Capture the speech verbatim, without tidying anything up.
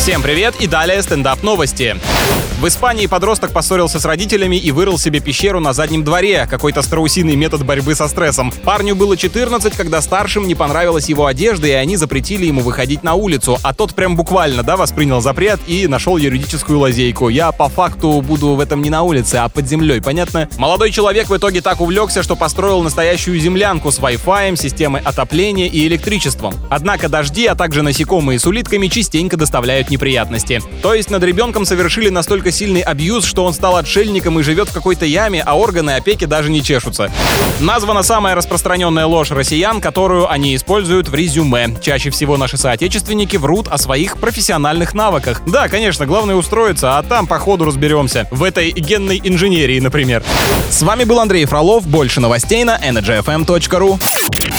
Всем привет и далее стендап-новости. В Испании подросток поссорился с родителями и вырыл себе пещеру на заднем дворе. Какой-то страусиный метод борьбы со стрессом. Парню было четырнадцать, когда старшим не понравилась его одежда, и они запретили ему выходить на улицу. А тот прям буквально, да, воспринял запрет и нашел юридическую лазейку. Я по факту буду в этом не на улице, а под землей, понятно? Молодой человек в итоге так увлекся, что построил настоящую землянку с Wi-Fi, системой отопления и электричеством. Однако дожди, а также насекомые с улитками частенько доставляют неприятности. То есть над ребенком совершили настолько сильный абьюз, что он стал отшельником и живет в какой-то яме, а органы опеки даже не чешутся. Названа самая распространенная ложь россиян, которую они используют в резюме. Чаще всего наши соотечественники врут о своих профессиональных навыках. Да, конечно, главное устроиться, а там по ходу разберемся. В этой генной инженерии, например. С вами был Андрей Фролов. Больше новостей на energy f m точка ru.